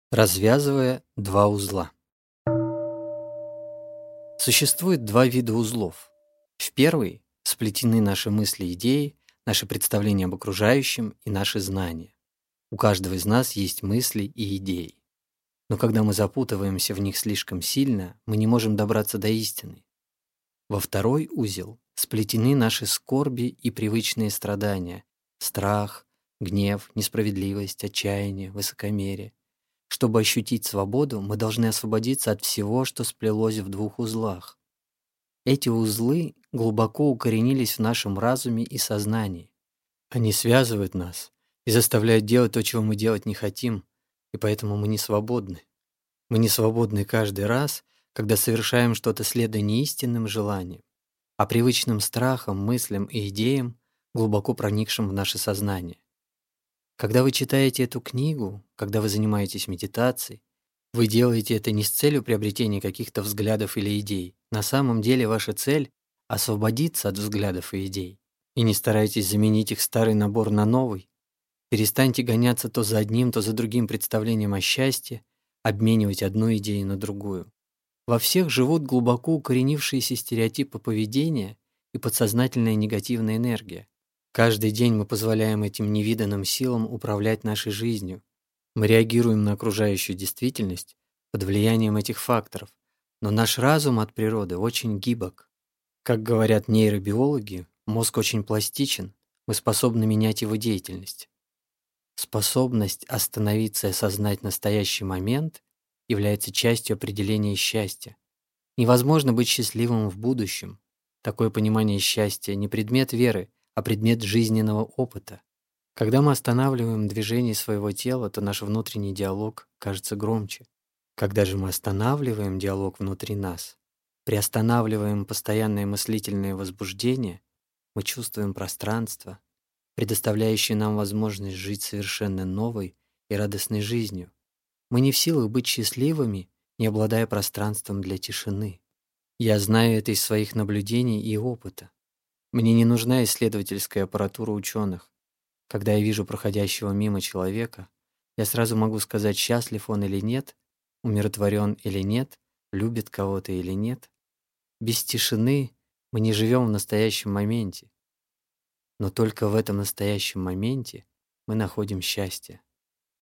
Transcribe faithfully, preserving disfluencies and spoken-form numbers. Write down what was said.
Развязывая два узла. Существует два вида узлов. В первый сплетены наши мысли и идеи, наши представления об окружающем и наши знания. У каждого из нас есть мысли и идеи. Но когда мы запутываемся в них слишком сильно, мы не можем добраться до истины. Во второй узел сплетены наши скорби и привычные страдания, страх, гнев, несправедливость, отчаяние, высокомерие. Чтобы ощутить свободу, мы должны освободиться от всего, что сплелось в двух узлах. Эти узлы глубоко укоренились в нашем разуме и сознании. Они связывают нас и заставляют делать то, чего мы делать не хотим, и поэтому мы не свободны. Мы не свободны каждый раз, когда совершаем что-то следуя не истинным желаниям, а привычным страхам, мыслям и идеям, глубоко проникшим в наше сознание. Когда вы читаете эту книгу, когда вы занимаетесь медитацией, вы делаете это не с целью приобретения каких-то взглядов или идей. На самом деле ваша цель — освободиться от взглядов и идей. И не старайтесь заменить их старый набор на новый. Перестаньте гоняться то за одним, то за другим представлением о счастье, обменивать одну идею на другую. Во всех живут глубоко укоренившиеся стереотипы поведения и подсознательная негативная энергия. Каждый день мы позволяем этим невиданным силам управлять нашей жизнью. Мы реагируем на окружающую действительность под влиянием этих факторов, но наш разум от природы очень гибок. Как говорят нейробиологи, мозг очень пластичен, мы способны менять его деятельность. Способность остановиться и осознать настоящий момент является частью определения счастья. Невозможно быть счастливым в будущем. Такое понимание счастья не предмет веры, а предмет жизненного опыта. Когда мы останавливаем движение своего тела, то наш внутренний диалог кажется громче. Когда же мы останавливаем диалог внутри нас, приостанавливаем постоянное мыслительное возбуждение, мы чувствуем пространство, предоставляющее нам возможность жить совершенно новой и радостной жизнью. Мы не в силах быть счастливыми, не обладая пространством для тишины. Я знаю это из своих наблюдений и опыта. Мне не нужна исследовательская аппаратура ученых. Когда я вижу проходящего мимо человека, я сразу могу сказать, счастлив он или нет, умиротворен или нет, любит кого-то или нет. Без тишины мы не живем в настоящем моменте. Но только в этом настоящем моменте мы находим счастье.